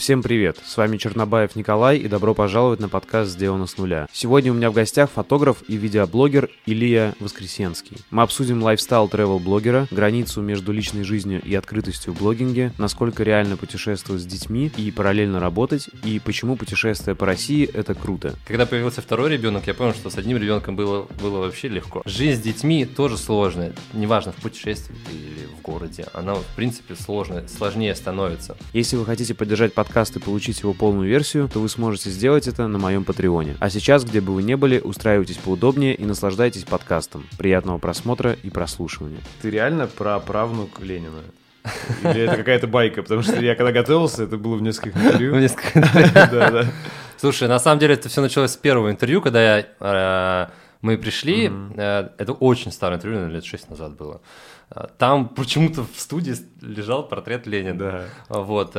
Всем привет, с вами Чернобаев Николай и добро пожаловать на подкаст «Сделано с нуля». Сегодня у меня в гостях фотограф и видеоблогер Илья Воскресенский. Мы обсудим лайфстайл тревел-блогера, границу между личной жизнью и открытостью в блогинге, насколько реально путешествовать с детьми и параллельно работать, и почему путешествие по России — это круто. Когда появился второй ребенок, я понял, что с одним ребенком было вообще легко. Жизнь с детьми тоже сложная, неважно, в путешествии или в городе, она в принципе сложнее становится. Если вы хотите поддержать подкаст и получить его полную версию, то вы сможете сделать это на моем Патреоне. А сейчас, где бы вы ни были, устраивайтесь поудобнее и наслаждайтесь подкастом. Приятного просмотра и прослушивания. Ты реально праправнук Ленина? Или это какая-то байка? Потому что я когда готовился, это было в нескольких интервью. Да. Слушай, на самом деле это все началось с первого интервью, когда мы пришли, это очень старое интервью, наверное, лет 6 назад было. Там почему-то в студии лежал портрет Ленина. Да. Вот.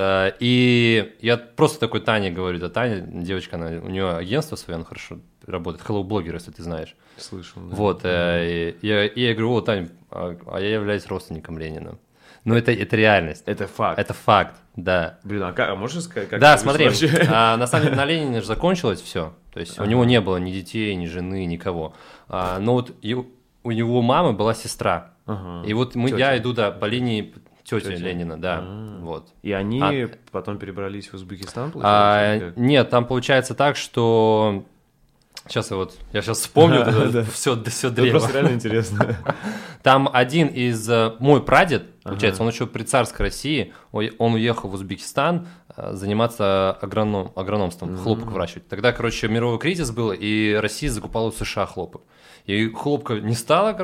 И я просто такой Тане говорю, да, Таня, девочка, у нее агентство свое, она хорошо работает, Hello Blogger, если ты знаешь. Слышал. Да. Вот. И я говорю, Тань, а я являюсь родственником Ленина. Но это реальность. Это факт. Это факт, да. Блин, а можешь сказать, как да, смотри, на самом деле на Ленине же закончилось все. То есть у него не было ни детей, ни жены, никого. Но вот у него мамы была сестра. И вот я иду по линии тети Ленина, да. Вот. И они потом перебрались в Узбекистан, получается? Нет, там получается так, что... я сейчас вспомню все древо. Это просто реально интересно. Там один из... Мой прадед, получается, он еще при царской России, он уехал в Узбекистан заниматься агрономством, хлопок выращивать. Тогда, мировой кризис был, и Россия закупала у США хлопок. И хлопка не стало,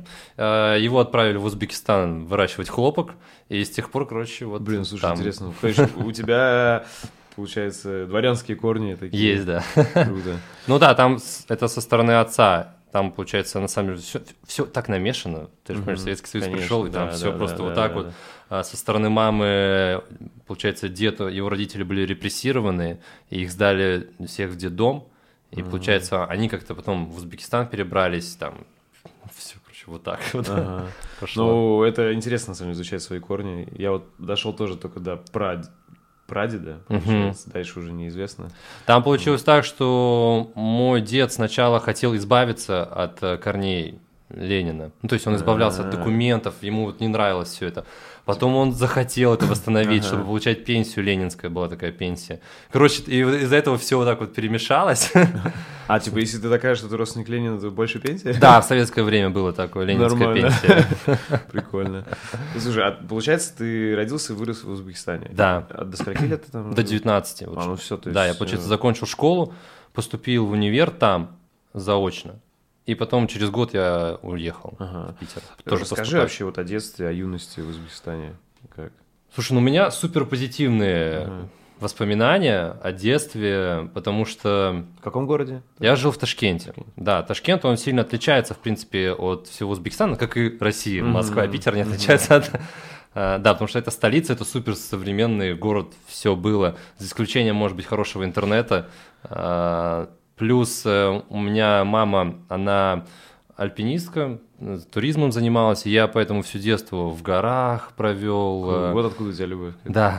его отправили в Узбекистан выращивать хлопок, и с тех пор, вот... Блин, слушай, интересно. У тебя... Получается, дворянские корни такие. Есть, да. Круто. Ну да, там это со стороны отца. Там, получается, на самом деле, все так намешано. Ты же понимаешь, Советский Союз пришел, и там все просто вот так вот. Со стороны мамы, получается, его родители были репрессированы, и их сдали всех в детдом. И, получается, они как-то потом в Узбекистан перебрались, там, все, вот так вот пошло. Ну, это интересно, на самом деле, изучать свои корни. Я вот дошел тоже только до прадеда, дальше уже неизвестно. Там получилось так, что мой дед сначала хотел избавиться от корней Ленина. Ну, то есть он избавлялся от документов, ему вот не нравилось все это. Потом он захотел это восстановить, чтобы получать пенсию ленинская, была такая пенсия. И из-за этого все вот так вот перемешалось. Если ты такая, что ты родственник Ленина, то больше пенсия? Да, в советское время было такое, ленинская пенсия. Прикольно. Слушай, получается, ты родился и вырос в Узбекистане? Да. До скольки лет ты там? До 19. Ну все, то есть... Да, я, получается, закончил школу, поступил в универ там заочно. И потом через год я уехал в Питер. Тоже расскажи вообще о детстве, о юности в Узбекистане. Как? Слушай, у меня супер позитивные воспоминания о детстве, потому что... В каком городе? Я жил в Ташкенте. Да, Ташкент, он сильно отличается, в принципе, от всего Узбекистана, как и Россия. Москва, Питер не отличаются от... Да, потому что это столица, это супер современный город, все было, за исключением, может быть, хорошего интернета. Плюс у меня мама, она альпинистка, туризмом занималась, и я поэтому все детство в горах провел. Вот откуда у тебя любовь. Да.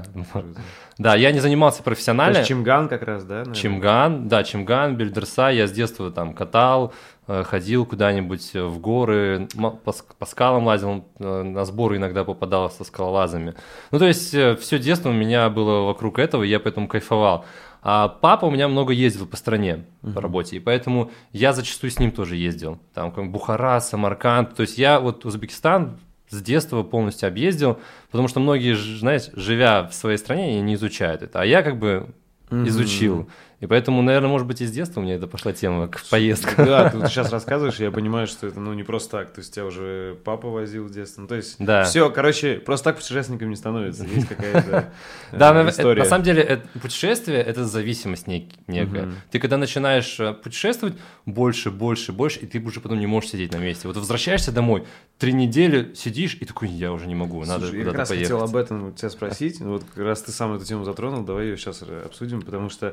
Да, я не занимался профессионально. То есть Чимган как раз, да? Наверное? Чимган, Бельдерса, я с детства там катал, ходил куда-нибудь в горы, по скалам лазил, на сборы иногда попадал со скалолазами. Ну, то есть все детство у меня было вокруг этого, и я поэтому кайфовал. А папа у меня много ездил по стране по работе, и поэтому я зачастую с ним тоже ездил. Там Бухара, Самарканд. То есть я вот Узбекистан с детства полностью объездил, потому что многие, знаешь, живя в своей стране, не изучают это. А я изучил. И поэтому, наверное, может быть, и с детства у меня это пошла тема к поездкам. Да, ты сейчас рассказываешь, я понимаю, что это не просто так. То есть тебя уже папа возил в детстве. Ну, то есть все, просто так путешественником не становится. Есть какая-то история. На самом деле, путешествие – это зависимость некая. Ты когда начинаешь путешествовать больше, и ты уже потом не можешь сидеть на месте. Вот возвращаешься домой, 3 недели сидишь, и такой, я уже не могу, надо куда-то поехать. Я как раз хотел об этом тебя спросить. Вот раз ты сам эту тему затронул, давай ее сейчас обсудим, потому что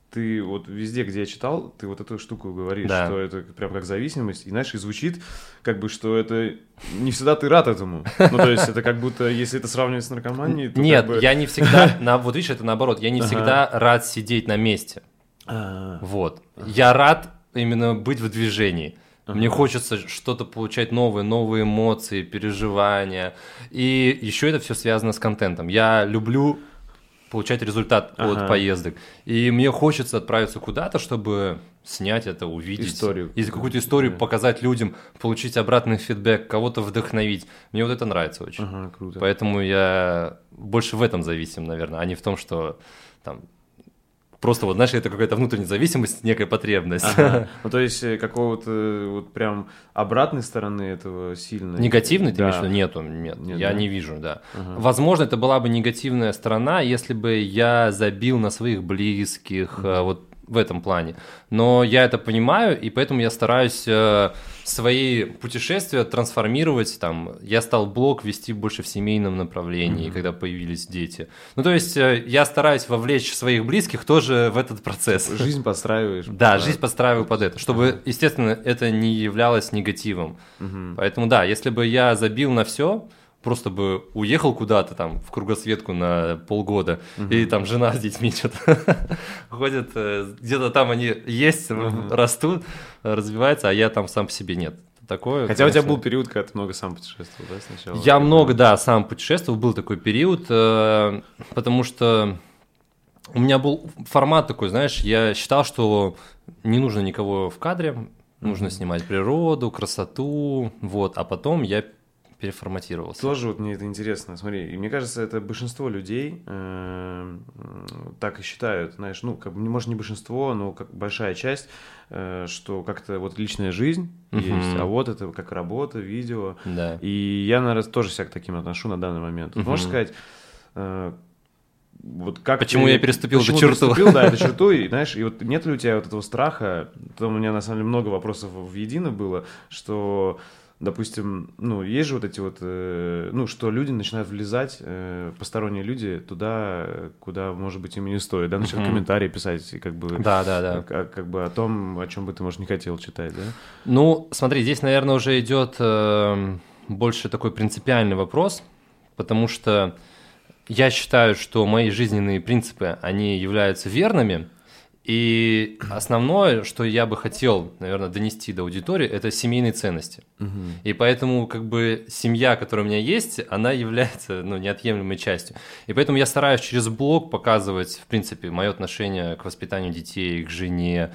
ты вот везде, где я читал, ты вот эту штуку говоришь, Да. что это прям как зависимость, и, знаешь, и звучит как бы, что это не всегда ты рад этому. Ну, то есть это как будто, если это сравнивать с наркоманией, то Нет, как бы... я не всегда, вот видишь, это наоборот, я не всегда рад сидеть на месте. Вот. Я рад именно быть в движении. Мне хочется что-то получать новые эмоции, переживания. И еще это все связано с контентом. Я люблю получать результат от поездок. И мне хочется отправиться куда-то, чтобы снять это, увидеть. Историю. И какую-то историю показать людям, получить обратный фидбэк, кого-то вдохновить. Мне вот это нравится очень. Ага, круто. Поэтому я больше в этом зависим, наверное, а не в том, что там... Просто вот, знаешь, это какая-то внутренняя зависимость, некая потребность. Ага. Ну, то есть какого-то вот прям обратной стороны этого сильно... Негативной, ты да. имеешь в виду? Нету, нет, я да? не вижу, да. Возможно, это была бы негативная сторона, если бы я забил на своих близких, вот в этом плане. Но я это понимаю, и поэтому я стараюсь свои путешествия трансформировать. Там, я стал блог вести больше в семейном направлении, когда появились дети. Ну, то есть я стараюсь вовлечь своих близких тоже в этот процесс. Жизнь подстраиваешь. Да, жизнь подстраиваю под это, чтобы, естественно, это не являлось негативом. Поэтому да, если бы я забил на все, просто бы уехал куда-то там в кругосветку на полгода, и там жена с детьми что-то ходит, где-то там они есть, растут, развиваются, а я там сам по себе нет. Такое, Хотя конечно... у тебя был период, когда ты много сам путешествовал, да, сначала? Я много, да, сам путешествовал, был такой период, потому что у меня был формат такой, знаешь, я считал, что не нужно никого в кадре, нужно снимать природу, красоту, вот, а потом я переформатировался. Тоже вот мне это интересно, смотри, и мне кажется, это большинство людей так и считают, знаешь, ну, как бы, может, не большинство, но как большая часть, что как-то вот личная жизнь есть, а вот это как работа, видео, Да. и я, наверное, тоже себя к таким отношу на данный момент. Вот можешь сказать, вот как почему я переступил эту почему черту? переступил, да, эту черту, и, знаешь, и вот нет ли у тебя вот этого страха, там у меня, на самом деле, много вопросов в едино было, что... Допустим, ну, есть же вот эти вот, ну, что люди начинают влезать, посторонние люди, туда, куда, может быть, им и не стоит, да, начинают комментарии писать, и как бы... Да. Как бы о том, о чем бы ты, может, не хотел читать, да? Ну, смотри, здесь, наверное, уже идет больше такой принципиальный вопрос, потому что я считаю, что мои жизненные принципы, они являются верными, и основное, что я бы хотел, наверное, донести до аудитории, это семейные ценности. И поэтому, как бы, семья, которая у меня есть, она является, ну, неотъемлемой частью. И поэтому я стараюсь через блог показывать, в принципе, мое отношение к воспитанию детей, к жене,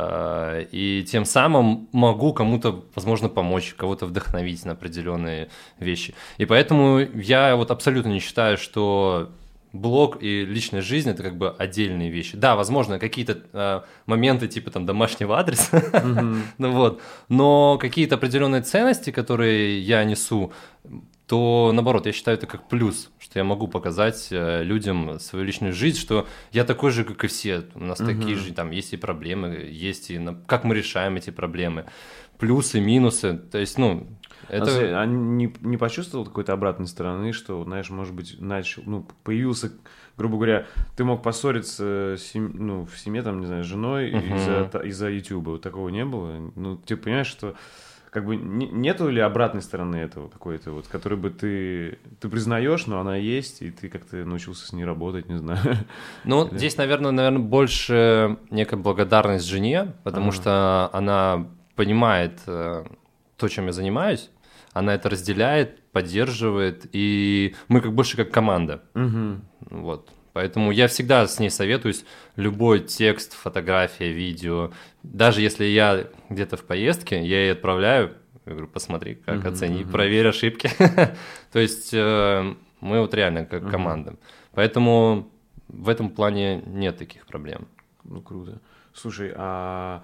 и тем самым могу кому-то, возможно, помочь, кого-то вдохновить на определенные вещи. И поэтому я вот абсолютно не считаю, что... блог и личная жизнь – это как бы отдельные вещи. Да, возможно, какие-то моменты типа там домашнего адреса, ну вот, но какие-то определенные ценности, которые я несу, то наоборот, я считаю это как плюс, что я могу показать людям свою личную жизнь, что я такой же, как и все, у нас такие же, там есть и проблемы, есть и как мы решаем эти проблемы, плюсы, минусы, то есть, ну… Это... А не почувствовал какой-то обратной стороны, что, знаешь, может быть, ну, появился, грубо говоря, ты мог поссориться ну, в семье, там, не знаю, с женой из-за Ютуба, вот такого не было? Ну, ты понимаешь, что как бы нету ли обратной стороны этого какой-то, вот, которой бы ты признаешь, но она есть, и ты как-то научился с ней работать, не знаю. Ну, здесь, наверное, больше некая благодарность жене, потому что она понимает то, чем я занимаюсь, она это разделяет, поддерживает, и мы как больше как команда. Вот. Поэтому я всегда с ней советуюсь, любой текст, фотография, видео, даже если я где-то в поездке, я ей отправляю, я говорю, посмотри, как оцени, проверь ошибки. То есть мы вот реально как команда. Поэтому в этом плане нет таких проблем. Ну, круто. Слушай, а...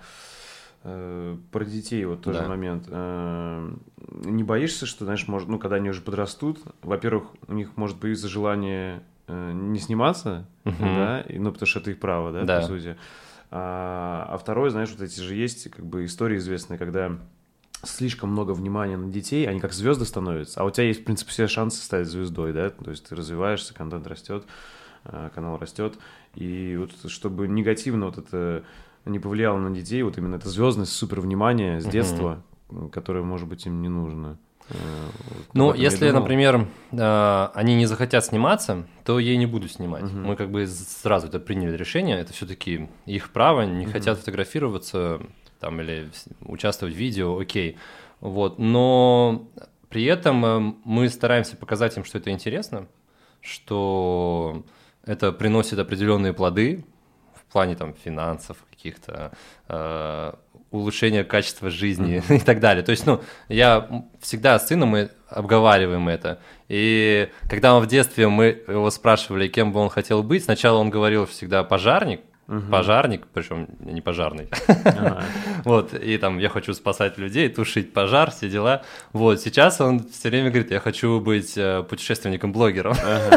Про детей вот тоже момент. Не боишься, что, знаешь, может, ну, когда они уже подрастут, во-первых, у них может появиться желание не сниматься, да, ну, потому что это их право, да, по сути. А второе, знаешь, вот эти же есть как бы истории известные, когда слишком много внимания на детей, они как звезды становятся, а у тебя есть, в принципе, все шансы стать звездой, да, то есть ты развиваешься, контент растет. канал растет. И вот чтобы негативно вот это не повлияло на детей, вот именно эта звездность, супер внимание с детства, которое, может быть, им не нужно. Ну, если, например, они не захотят сниматься, то я и не буду снимать. Мы как бы сразу это приняли решение, это все-таки их право, не хотят фотографироваться там, или участвовать в видео, окей. Вот. Но при этом мы стараемся показать им, что это интересно, что это приносит определенные плоды в плане там, финансов, каких-то улучшения качества жизни и так далее. То есть, ну, я всегда с сыном мы обговариваем это. И когда он в детстве, мы его спрашивали, кем бы он хотел быть, сначала он говорил всегда пожарник, причем не пожарный. Вот, и там я хочу спасать людей, тушить пожар, все дела. Вот, сейчас он все время говорит, я хочу быть путешественником-блогером.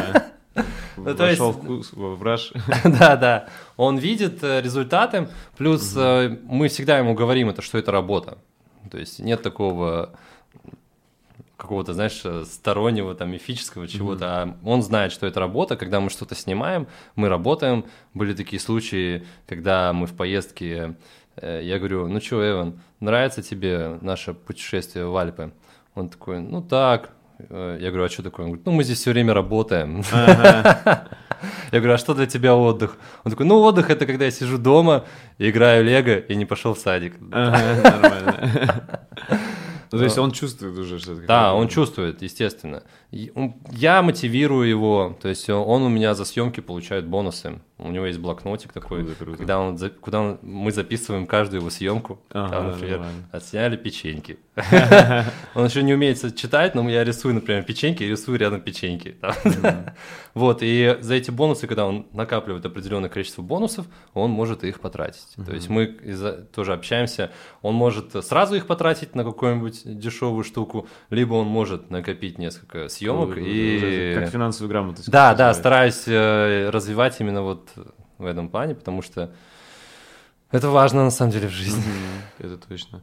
Вошел в раж. Да. Он видит результаты, плюс мы всегда ему говорим, что это работа. То есть нет такого какого-то, знаешь, стороннего, там, мифического чего-то, а он знает, что это работа, когда мы что-то снимаем, мы работаем. Были такие случаи, когда мы в поездке, я говорю, ну что, Эван, нравится тебе наше путешествие в Альпы? Он такой, ну так. Я говорю, а что такое? Он говорит, ну мы здесь все время работаем. Я говорю, а что для тебя отдых? Он такой, ну отдых это когда я сижу дома, играю в лего и не пошел в садик. Нормально. Ну, то есть он чувствует уже что-то. Да, он чувствует, естественно. Я мотивирую его, то есть он у меня за съемки получает бонусы. У него есть блокнотик такой, круто. Куда мы записываем каждую его съемку. Там, например, отсняли печеньки. Он еще не умеет читать, но я рисую, например, печеньки и рисую рядом печеньки. Вот, и за эти бонусы, когда он накапливает определенное количество бонусов, он может их потратить. То есть мы тоже общаемся, он может сразу их потратить на какую-нибудь дешевую штуку, либо он может накопить несколько съемок. Как финансовую грамотность. Да, стараюсь развивать именно вот в этом плане, потому что это важно на самом деле в жизни. Это точно.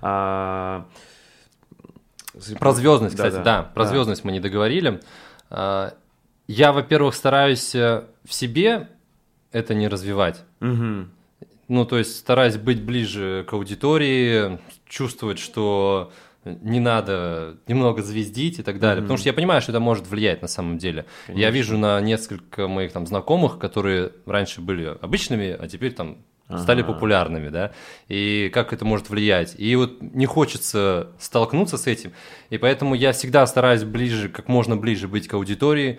Про звездность, кстати, про звездность мы не договорили. Я, во-первых, стараюсь в себе это не развивать. Ну, то есть стараюсь быть ближе к аудитории, чувствовать, что не надо немного звездить и так далее, потому что я понимаю, что это может влиять на самом деле. Конечно. Я вижу на несколько моих там знакомых, которые раньше были обычными, а теперь там стали популярными, да, и как это может влиять. И вот не хочется столкнуться с этим, и поэтому я всегда стараюсь ближе, как можно ближе быть к аудитории,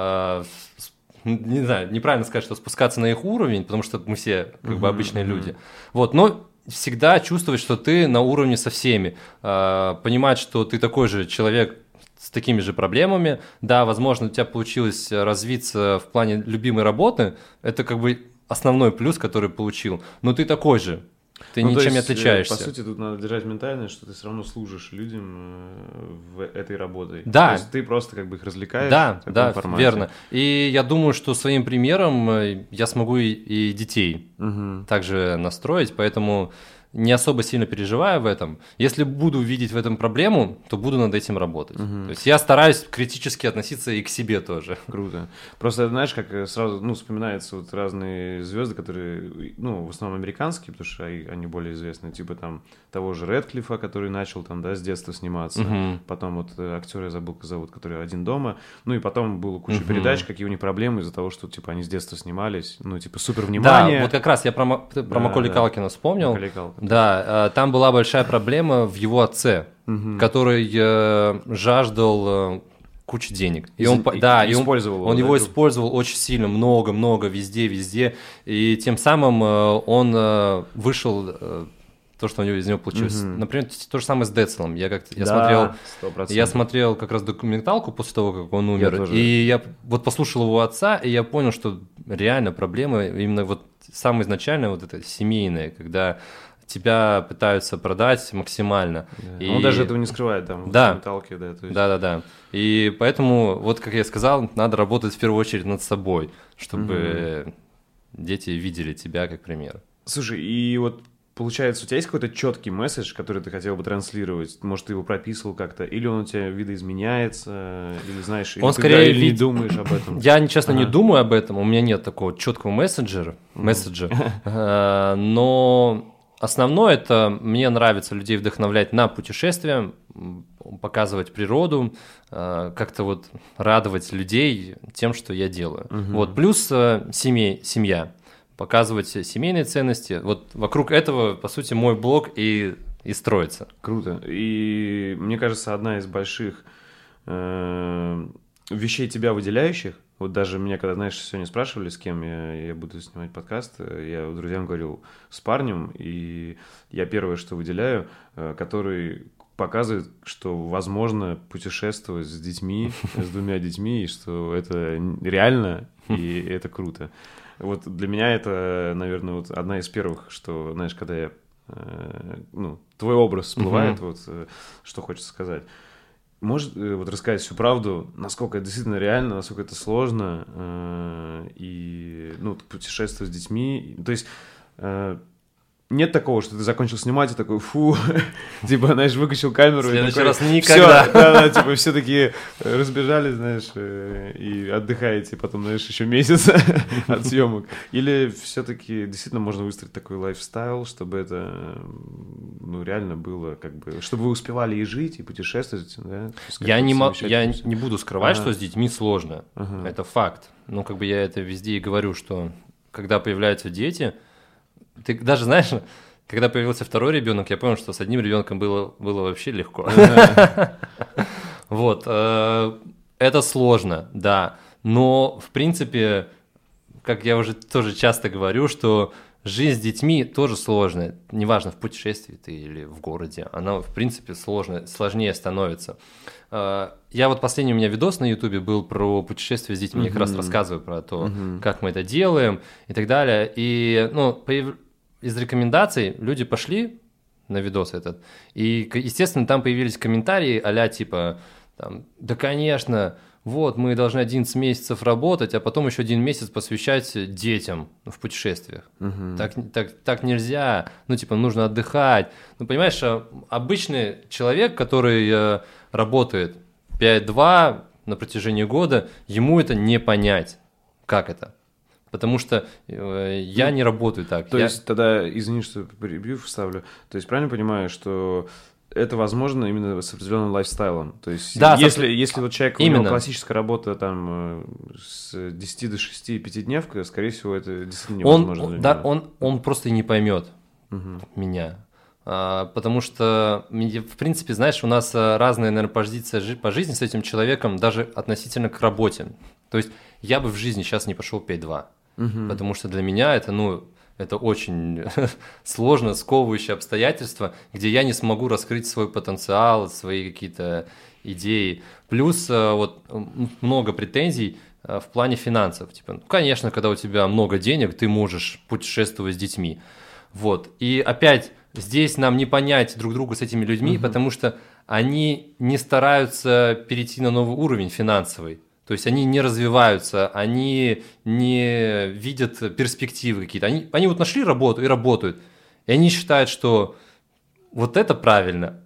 не знаю, неправильно сказать, что спускаться на их уровень, потому что мы все как бы обычные люди. Вот, но всегда чувствовать, что ты на уровне со всеми, понимать, что ты такой же человек с такими же проблемами. Да, возможно, у тебя получилось развиться в плане любимой работы, это как бы основной плюс, который получил, но ты такой же. Ты ничем не отличаешься. По сути, тут надо держать ментальность, что ты все равно служишь людям в этой работой. Да. То есть ты просто как бы их развлекаешь. Да, верно. И я думаю, что своим примером я смогу и детей также настроить, поэтому не особо сильно переживаю в этом. Если буду видеть в этом проблему, то буду над этим работать. То есть я стараюсь критически относиться и к себе тоже. Круто. Просто, знаешь, как сразу вспоминаются вот разные звезды, которые, в основном американские, потому что они более известны, типа там того же Рэдклиффа, который начал там, да, с детства сниматься. Потом вот актера, я забыл, как зовут, который «Один дома». Ну и потом было куча передач, какие у них проблемы из-за того, что типа они с детства снимались. Ну, типа супер внимание. Да, вот как раз я про Маколей Калкина вспомнил. Да, там была большая проблема в его отце, который жаждал кучу денег. И он его использовал очень сильно, много, везде. И тем самым он вышел... То, что из него получилось. Например, то же самое с Децлом. Я смотрел как раз документалку после того, как он умер. И я вот послушал его отца, и я понял, что реально проблема именно вот самая изначальная, вот это семейная, когда тебя пытаются продать максимально. Да. И... Он даже этого не скрывает там в документалке. Да. И поэтому, вот как я сказал, надо работать в первую очередь над собой, чтобы дети видели тебя как пример. Слушай, и вот получается, у тебя есть какой-то четкий месседж, который ты хотел бы транслировать? Может, ты его прописывал как-то? Или он у тебя видоизменяется? Или знаешь, или Он ты скорее или не думаешь об этом? Я, честно, не думаю об этом. У меня нет такого четкого месседжа. Но основное это мне нравится людей вдохновлять на путешествия, показывать природу, как-то вот радовать людей тем, что я делаю. Вот. Плюс семья. Показывать семейные ценности. Вот вокруг этого, по сути, мой блог и строится. Круто. И мне кажется, одна из больших вещей тебя выделяющих, вот даже меня, когда, знаешь, сегодня спрашивали, с кем я буду снимать подкаст, я друзьям говорил с парнем, и я первое, что выделяю, который показывает, что возможно путешествовать с детьми, с 2 детьми, и что это реально, и это круто. Вот для меня это, наверное, вот одна из первых, что, знаешь, когда я, твой образ всплывает, вот что хочется сказать. Можешь вот рассказать всю правду, насколько это действительно реально, насколько это сложно, и, путешествовать с детьми, то есть... Нет такого, что ты закончил снимать и такой, фу, типа, знаешь, выключил камеру. В следующий раз никогда. Да, типа, все такие разбежались, знаешь, и отдыхаете потом, знаешь, еще месяц от съемок. Или все-таки действительно можно выстроить такой лайфстайл, чтобы это, реально было, как бы, чтобы вы успевали и жить, и путешествовать, да? Я не буду скрывать, что с детьми сложно. Это факт. Как бы я это везде и говорю, что когда появляются дети... Ты даже знаешь, когда появился второй ребенок, я понял, что с одним ребенком было вообще легко. Вот. Это сложно, да. Но, в принципе, как я уже тоже часто говорю, что жизнь с детьми тоже сложная. Неважно, в путешествии ты или в городе. Она, в принципе, сложнее становится. Я вот последний у меня видос на Ютубе был про путешествия с детьми. Я как раз рассказываю про то, как мы это делаем и так далее. И, из рекомендаций люди пошли на видос этот, и, естественно, там появились комментарии а-ля типа, да, конечно, вот, мы должны 11 месяцев работать, а потом еще 1 месяц посвящать детям в путешествиях. Так нельзя, нужно отдыхать. Понимаешь, обычный человек, который работает 5-2 на протяжении года, ему это не понять. Как это? Потому что я не работаю так. То есть тогда, извини, что прибью, вставлю, то есть правильно понимаю, что это возможно именно с определенным лайфстайлом? То есть да, если вот человек, у него классическая работа там с 10 до 6 5-дневка, скорее всего, это действительно невозможно. Он просто не поймет меня. Потому что, в принципе, знаешь, у нас разная, наверное, позиция по жизни с этим человеком, даже относительно к работе. То есть я бы в жизни сейчас не пошел 5-2. Потому что для меня это очень сложно, сковывающее обстоятельство, где я не смогу раскрыть свой потенциал, свои какие-то идеи. Плюс вот много претензий в плане финансов. Типа, конечно, когда у тебя много денег, ты можешь путешествовать с детьми. Вот. И опять здесь нам не понять друг друга с этими людьми, потому что они не стараются перейти на новый уровень финансовый. То есть они не развиваются, они не видят перспективы какие-то. Они вот нашли работу и работают. И они считают, что вот это правильно.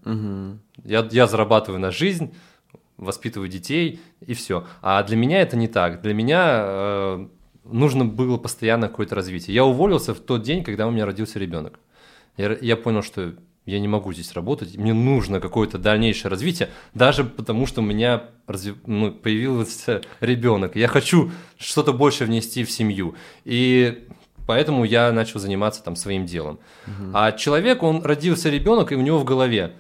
Я зарабатываю на жизнь, воспитываю детей и все. А для меня это не так. Для меня нужно было постоянно какое-то развитие. Я уволился в тот день, когда у меня родился ребенок. Я понял, что я не могу здесь работать, мне нужно какое-то дальнейшее развитие, даже потому что у меня появился ребенок. Я хочу что-то больше внести в семью. И поэтому я начал заниматься там своим делом. А человек, он родился ребенок, и у него в голове: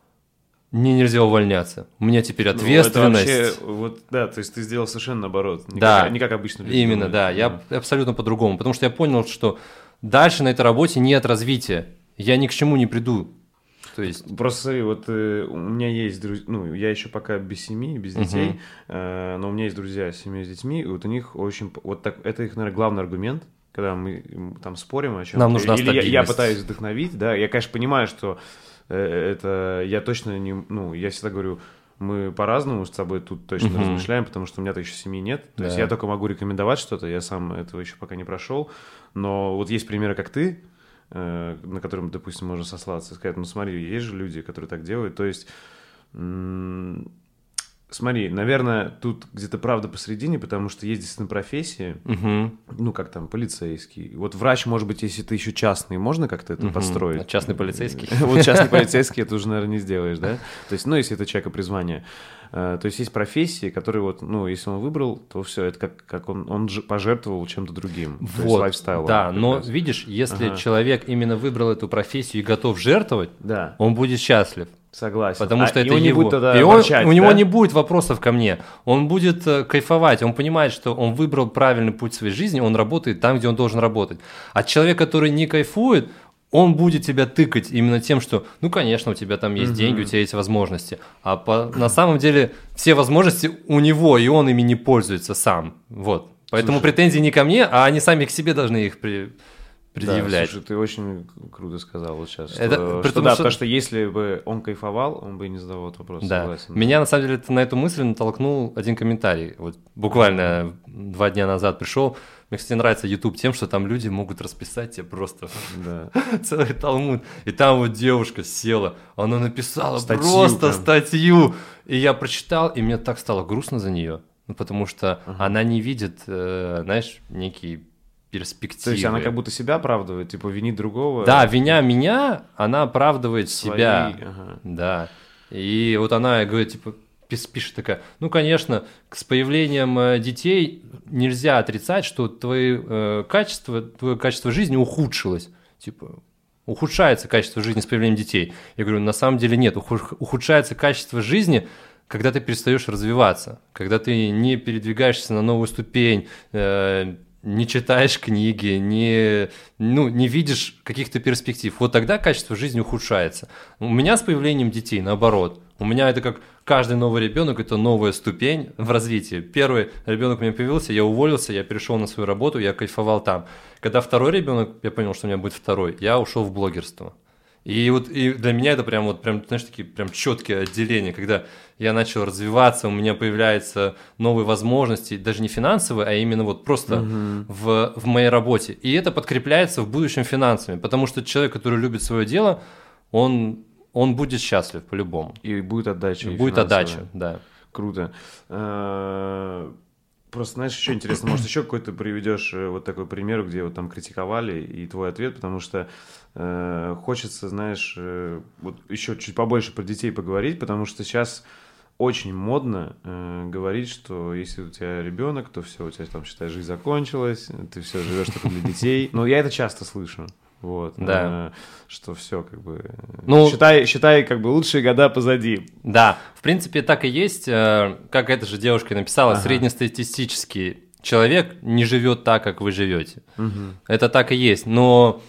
мне нельзя увольняться, у меня теперь ответственность. Это вообще, то есть ты сделал совершенно наоборот, не как обычно люди именно, думают. Да, я абсолютно по-другому, потому что я понял, что дальше на этой работе нет развития, я ни к чему не приду. То есть... Просто смотри, вот у меня есть друзья, я еще пока без семьи, без детей, но у меня есть друзья с семьей, с детьми, и вот у них очень, вот так, это их, наверное, главный аргумент, когда мы там спорим о чем-то. Нам нужна стабильность. Я пытаюсь вдохновить, да, я, конечно, понимаю, что это, я точно не, я всегда говорю, мы по-разному с тобой тут точно размышляем, потому что у меня-то еще семьи нет, то есть я только могу рекомендовать что-то, я сам этого еще пока не прошел, но вот есть примеры, как ты, на котором, допустим, можно сослаться и сказать, ну смотри, есть же люди, которые так делают, то есть... Смотри, наверное, тут где-то правда посередине, потому что есть действительно профессии, ну, как там, полицейский. Вот врач, может быть, если ты еще частный, можно как-то это подстроить? Частный полицейский? Вот частный полицейский это уже, наверное, не сделаешь, да? То есть, ну, если это человека призвание. То есть профессии, которые вот, ну, если он выбрал, то все, это как он пожертвовал чем-то другим. Вот, то есть лайфстайлом. Да, но видишь, если человек именно выбрал эту профессию и готов жертвовать, он будет счастлив. Согласен. Потому что это его. Не будет тогда и ворчать, у него не будет вопросов ко мне. Он будет кайфовать. Он понимает, что он выбрал правильный путь в своей жизни, он работает там, где он должен работать. А человек, который не кайфует, он будет тебя тыкать именно тем, что, ну, конечно, у тебя там есть деньги, у тебя есть возможности. А на самом деле все возможности у него, и он ими не пользуется сам. Вот. Поэтому претензии не ко мне, а они сами к себе должны их предъявлять. Да, слушай, ты очень круто сказал вот сейчас. Потому что если бы он кайфовал, он бы и не задавал этот вопрос. Да. Согласен. Меня, на самом деле, на эту мысль натолкнул один комментарий. Вот буквально 2 дня назад пришел. Мне, кстати, нравится YouTube тем, что там люди могут расписать тебе просто целый талмуд. И там вот девушка села, она написала статью. И я прочитал, и мне так стало грустно за нее. Ну, потому что она не видит, знаешь, некий перспективы. То есть она как будто себя оправдывает, типа винит другого. Да, виня меня, она оправдывает себя. Да. И вот она говорит, типа, пишет такая, ну, конечно, с появлением детей нельзя отрицать, что твое качество жизни ухудшилось. Типа, ухудшается качество жизни с появлением детей. Я говорю, на самом деле нет, ухудшается качество жизни, когда ты перестаешь развиваться, когда ты не передвигаешься на новую ступень, не читаешь книги, не видишь каких-то перспектив. Вот тогда качество жизни ухудшается. У меня с появлением детей наоборот. У меня это как каждый новый ребенок, это новая ступень в развитии. Первый ребенок у меня появился, я уволился, я перешел на свою работу, я кайфовал там. Когда второй ребенок, я понял, что у меня будет второй, я ушел в блогерство. И для меня это прям, знаешь, такие прям четкие отделения, когда я начал развиваться, у меня появляются новые возможности, даже не финансовые, а именно вот просто в моей работе. И это подкрепляется в будущем финансами, потому что человек, который любит свое дело, он будет счастлив по-любому. И будет отдача. Будет отдача, да. Круто. Просто, знаешь, еще интересно, может, еще какой-то приведешь вот такой пример, где вот там критиковали, и твой ответ, потому что хочется, знаешь, вот еще чуть побольше про детей поговорить, потому что сейчас очень модно говорить, что если у тебя ребенок, то все, у тебя там, считай, жизнь закончилась, ты все живешь только для детей. Но я это часто слышу. Вот, да. Что все как бы, считай, как бы лучшие года позади. Да, в принципе, так и есть, как эта же девушка написала, среднестатистический человек не живет так, как вы живете. Это так и есть, но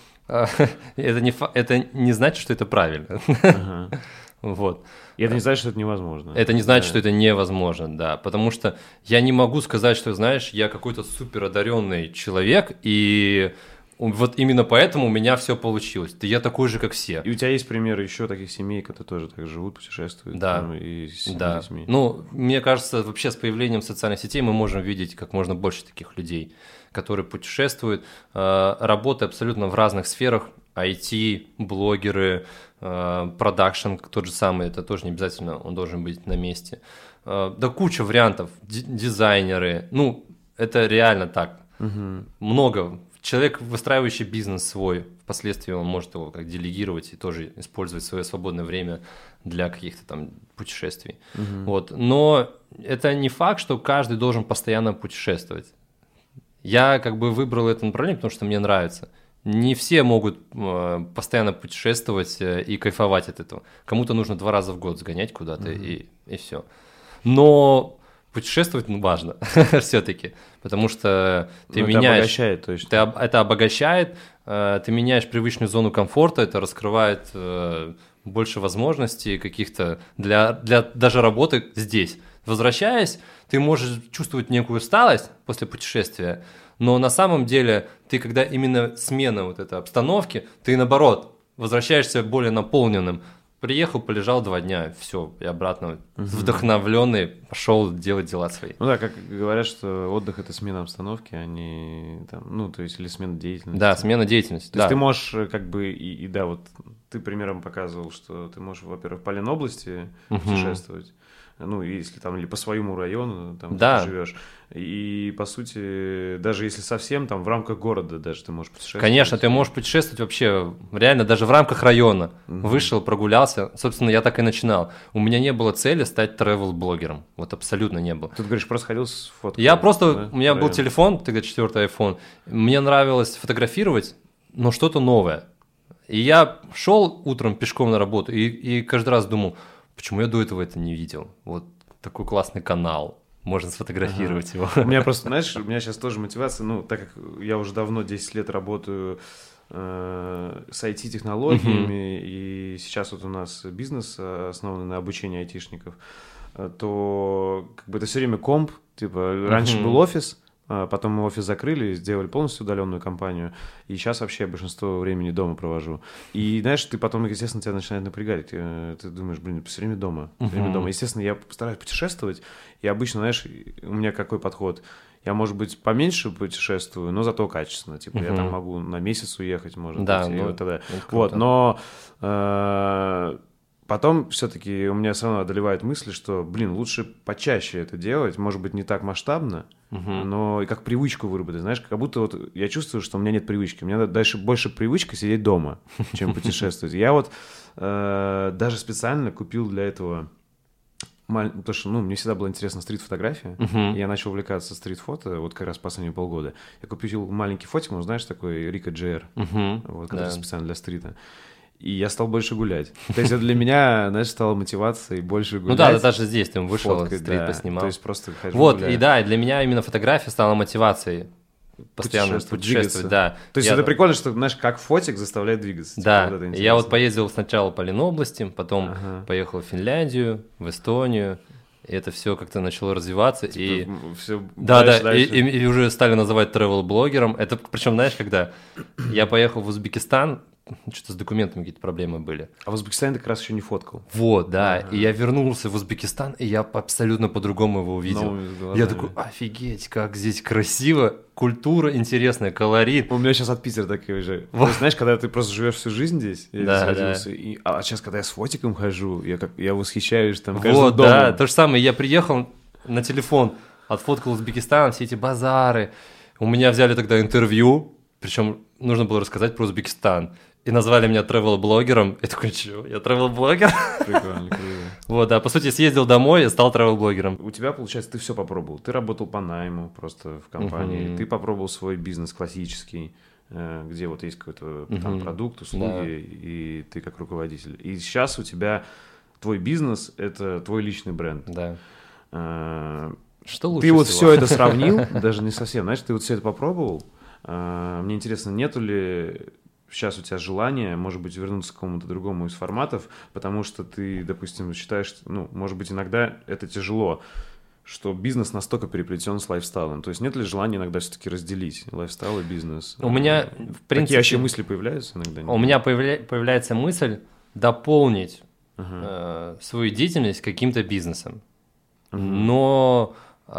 это не значит, что это правильно. Вот. И это не значит, что это невозможно. Это не значит, что это невозможно, да, потому что я не могу сказать, что, знаешь, я какой-то супер одаренный человек, и вот именно поэтому у меня все получилось. Да я такой же, как все. И у тебя есть примеры еще таких семей, которые тоже так живут, путешествуют? Да. И с детьми? Ну, мне кажется, вообще с появлением социальных сетей мы можем видеть как можно больше таких людей, которые путешествуют, работают абсолютно в разных сферах, IT, блогеры, продакшн, тот же самый, это тоже не обязательно, он должен быть на месте. Да куча вариантов, дизайнеры, ну, это реально так. Много. Человек, выстраивающий бизнес свой, впоследствии он может его как делегировать и тоже использовать свое свободное время для каких-то там путешествий. Вот. Но это не факт, что каждый должен постоянно путешествовать. Я как бы выбрал это направление, потому что мне нравится. Не все могут постоянно путешествовать и кайфовать от этого. Кому-то нужно 2 раза в год сгонять куда-то и все. Но путешествовать важно все-таки, потому что ты меняешь... Это обогащает точно. Это обогащает, ты меняешь привычную зону комфорта, это раскрывает больше возможностей каких-то для даже работы здесь. Возвращаясь, ты можешь чувствовать некую усталость после путешествия, но на самом деле ты, когда именно смена вот этой обстановки, ты наоборот возвращаешься более наполненным. приехал, полежал 2 дня, все, и обратно вдохновленный пошел делать дела свои. Ну да, как говорят, что отдых — это смена обстановки, а не там, ну, то есть, или смена деятельности. Да, смена деятельности, То есть ты можешь как бы, и да, вот ты примером показывал, что ты можешь, во-первых, по Ленобласти путешествовать, ну, если там, или по своему району, там, где ты живешь, и, по сути, даже если совсем, там, в рамках города даже ты можешь путешествовать. Конечно, ты можешь путешествовать вообще, реально, даже в рамках района. Вышел, прогулялся, собственно, я так и начинал. У меня не было цели стать travel-блогером, вот абсолютно не было. Ты говоришь, просто ходил с фоткой? Я просто, у меня был телефон, тогда 4-й iPhone, мне нравилось фотографировать, но что-то новое. И я шел утром пешком на работу и каждый раз думал, почему я до этого это не видел? Вот такой классный канал, можно сфотографировать его. У меня просто, знаешь, у меня сейчас тоже мотивация, ну, так как я уже давно 10 лет работаю с IT-технологиями, и сейчас вот у нас бизнес основан на обучении айтишников, то как бы это все время комп, типа раньше был офис, потом мы офис закрыли, сделали полностью удаленную компанию, и сейчас вообще большинство времени дома провожу. И знаешь, ты потом, естественно, тебя начинает напрягать. Ты думаешь, блин, все время дома, все время дома. Естественно, я постараюсь путешествовать, и обычно, знаешь, у меня какой подход? Я, может быть, поменьше путешествую, но зато качественно. Типа я там могу на месяц уехать, может да, быть, и ну, вот тогда. Вот, но потом все-таки у меня все равно одолевает мысль, что, блин, лучше почаще это делать, может быть, не так масштабно, но и как привычку выработать, знаешь, как будто вот я чувствую, что у меня нет привычки, у меня дальше больше привычка сидеть дома, чем путешествовать. Я вот даже специально купил для этого, потому что, ну, мне всегда была интересна стрит-фотография, и я начал увлекаться стрит-фото, вот как раз последние полгода. Я купил маленький фотик, ну, знаешь, такой Ricoh GR, вот, который специально для стрита. И я стал больше гулять. То есть это для меня, знаешь, стало мотивацией больше гулять. Ну да, даже здесь ты вышел, стрит поснимал. То есть просто хожу, вот, гуляю. И да, и для меня именно фотография стала мотивацией. Постоянно путешествовать, да. То есть это прикольно, что, знаешь, как фотик заставляет двигаться. Да, типа, вот я вот поездил сначала по Ленобласти, потом поехал в Финляндию, в Эстонию. И это все как-то начало развиваться. Типа, и все дальше. И уже стали называть travel-блогером. Это причем, знаешь, когда я поехал в Узбекистан, что-то с документами какие-то проблемы были. А в Узбекистане ты как раз еще не фоткал. Вот, да. И я вернулся в Узбекистан, и я абсолютно по-другому его увидел. Я такой, офигеть, как здесь красиво, культура интересная, колорит. У меня сейчас от Питера такие же. То есть, знаешь, когда ты просто живешь всю жизнь здесь, я здесь родился, а сейчас, когда я с фотиком хожу, я восхищаюсь там каждым домом. Вот, да, то же самое. Я приехал на телефон, отфоткал Узбекистан, все эти базары. У меня взяли тогда интервью, причем нужно было рассказать про Узбекистан. И назвали меня travel-блогером. Я такой, чё, я travel-блогер? Прикольно, круто. Вот, да, по сути, съездил домой и стал travel-блогером. У тебя, получается, ты все попробовал. Ты работал по найму просто в компании, ты попробовал свой бизнес классический, где вот есть какой-то там продукт, услуги, и ты как руководитель. И сейчас у тебя твой бизнес – это твой личный бренд. Да. Что лучше Ты вот всего? все это сравнил, даже не совсем, знаешь, ты вот все это попробовал. Мне интересно, нету ли сейчас у тебя желание, может быть, вернуться к какому-то другому из форматов, потому что ты, допустим, считаешь, ну, может быть, иногда это тяжело, что бизнес настолько переплетен с лайфстайлом. То есть нет ли желания иногда все-таки разделить лайфстайл и бизнес? У меня, в принципе... Такие вообще мысли появляются иногда? У меня появляется мысль дополнить свою деятельность каким-то бизнесом. Но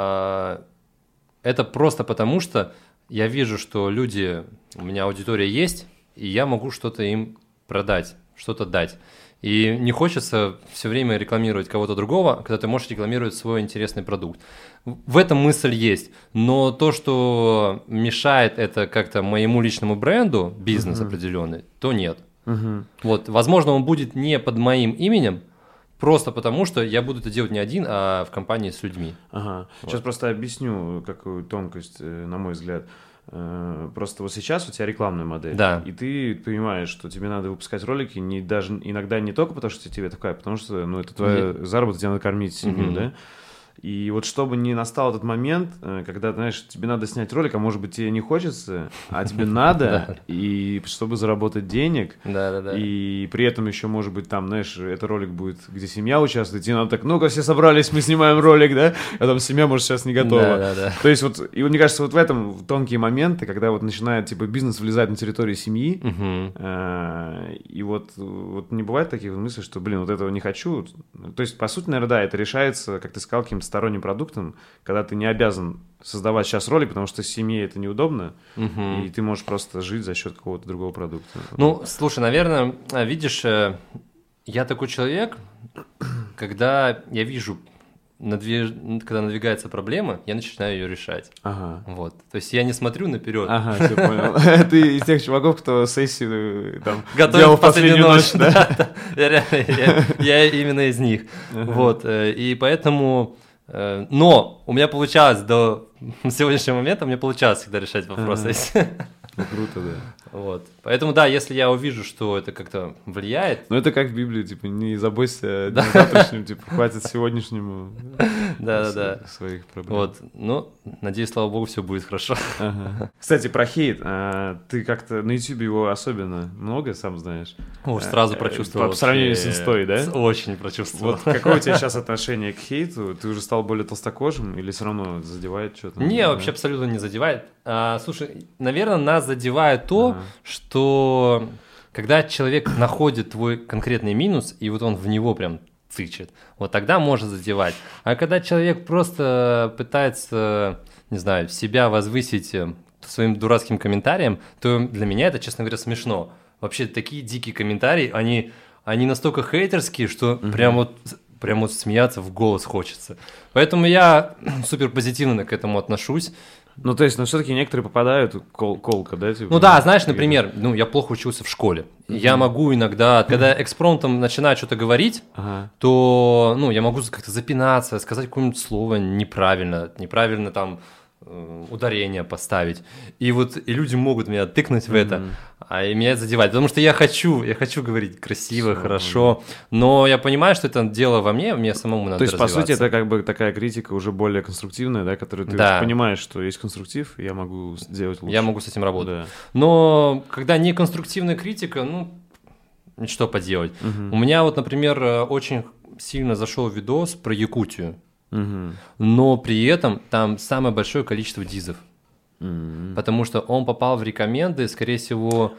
это просто потому, что я вижу, что люди, у меня аудитория есть, и я могу что-то им продать, что-то дать. И не хочется все время рекламировать кого-то другого, когда ты можешь рекламировать свой интересный продукт. В этом мысль есть, но то, что мешает это как-то моему личному бренду, бизнес определенный, то нет. Вот, возможно, он будет не под моим именем, просто потому, что я буду это делать не один, а в компании с людьми. Ага. Вот. Сейчас просто объясню какую тонкость, на мой взгляд. Просто вот сейчас у тебя рекламная модель, и ты понимаешь, что тебе надо выпускать ролики даже иногда не только потому, что тебе такая, потому что, ну, это твоя заработок, тебе надо кормить семью, да? И вот чтобы не настал этот момент, когда, знаешь, тебе надо снять ролик, а может быть тебе не хочется, а тебе надо, и чтобы заработать денег, и при этом еще, может быть, там, знаешь, это ролик будет, где семья участвует, и надо так, ну-ка, все собрались, мы снимаем ролик, да, а там семья, может, сейчас не готова. То есть вот, и мне кажется, вот в этом тонкие моменты, когда вот начинает, типа, бизнес влезать на территорию семьи, и вот не бывает таких мыслей, что, блин, вот этого не хочу. То есть, по сути, наверное, да, это решается, как ты сказал, каким-то сторонним продуктом, когда ты не обязан создавать сейчас ролик, потому что семье это неудобно, и ты можешь просто жить за счет какого-то другого продукта. Ну, слушай, наверное, видишь, я такой человек, когда я вижу, когда надвигается проблема, я начинаю ее решать. Вот. То есть я не смотрю наперед. Все понял. Ты из тех чуваков, кто сессию там готовил в последнюю ночь. Да? Я именно из них. Вот. И поэтому... Но у меня получалось до сегодняшнего момента, мне получалось всегда решать вопросы. Круто, да. Вот. Поэтому, да, если я увижу, что это как-то влияет... Ну, это как в Библии, типа, не забойся завтрашнему, типа, хватит сегодняшнему своих проблем. Вот. Ну, надеюсь, слава богу, все будет хорошо. Кстати, про хейт. Ты как-то на YouTube его особенно много, сам знаешь? Сразу прочувствовал. По сравнению с инстой, да? Очень прочувствовал. Вот какое у тебя сейчас отношение к хейту? Ты уже стал более толстокожим или все равно задевает что-то? Не, вообще абсолютно не задевает. Слушай, наверное, нас задевает то, что когда человек находит твой конкретный минус, и вот он в него прям тычет, вот тогда может задевать. А когда человек просто пытается, не знаю, себя возвысить своим дурацким комментарием, то для меня это, честно говоря, смешно. Вообще такие дикие комментарии, они настолько хейтерские, что прям вот смеяться в голос хочется. Поэтому я супер позитивно к этому отношусь. Ну, то есть, все-таки некоторые попадают колко, да? Типа, ну да, знаешь, например, я плохо учился в школе. Я могу иногда, когда экспромтом начинают что-то говорить, то, я могу как-то запинаться, сказать какое-нибудь слово неправильно там ударение поставить. И люди могут меня тыкнуть в это, и меня это задевает. Потому что я хочу говорить красиво, хорошо, но я понимаю, что это дело во мне самому надо развиваться. То есть, по сути, это как бы такая критика уже более конструктивная, да, которую ты понимаешь, что есть конструктив, и я могу сделать лучше. Я могу с этим работать. Да. Но когда не конструктивная критика, ничто поделать. У меня вот, например, очень сильно зашел видос про Якутию. Но при этом там самое большое количество дизов. Потому что он попал в рекоменды, скорее всего,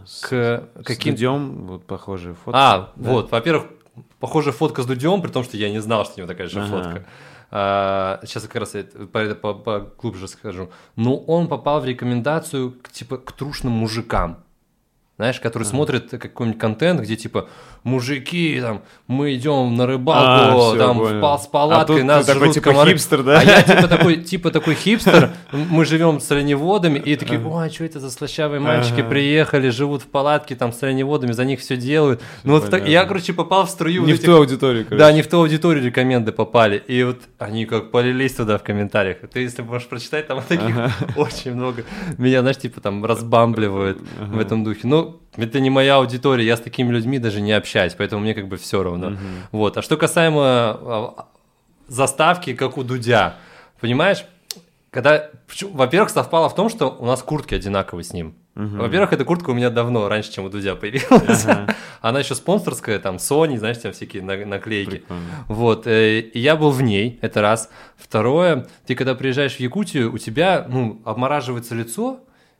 к каким-то... С Дудем, вот похожая фотка. Вот, во-первых, похожая фотка с Дудем, при том, что я не знал, что у него такая же фотка. Сейчас я как раз это поглубже скажу. Но он попал в рекомендацию к трушным мужикам. Знаешь, которые смотрят какой-нибудь контент, где типа мужики, там, мы идем на рыбалку, там, с палаткой, нас жрут типа комары. Хипстер, да? А я такой хипстер, мы живем с оленеводами, и такие, ой, что это за слащавые мальчики приехали, живут в палатке, там, с оленеводами, за них все делают. Я, попал в струю. Не в ту аудиторию, короче. Да, не в ту аудиторию рекоменды попали. И вот они как полились туда в комментариях. Ты, если можешь прочитать, там таких очень много. Меня, знаешь, там разбамбливают в этом духе. Это не моя аудитория, я с такими людьми даже не общаюсь, поэтому мне все равно. Вот. А что касаемо заставки, как у Дудя, понимаешь, во-первых, совпало в том, что у нас куртки одинаковые с ним. Во-первых, эта куртка у меня давно, раньше, чем у Дудя появилась. Она еще спонсорская, там, Sony, знаешь, там всякие наклейки. Прикольно. Вот, и я был в ней, это раз. Второе, ты когда приезжаешь в Якутию, у тебя, обмораживается лицо,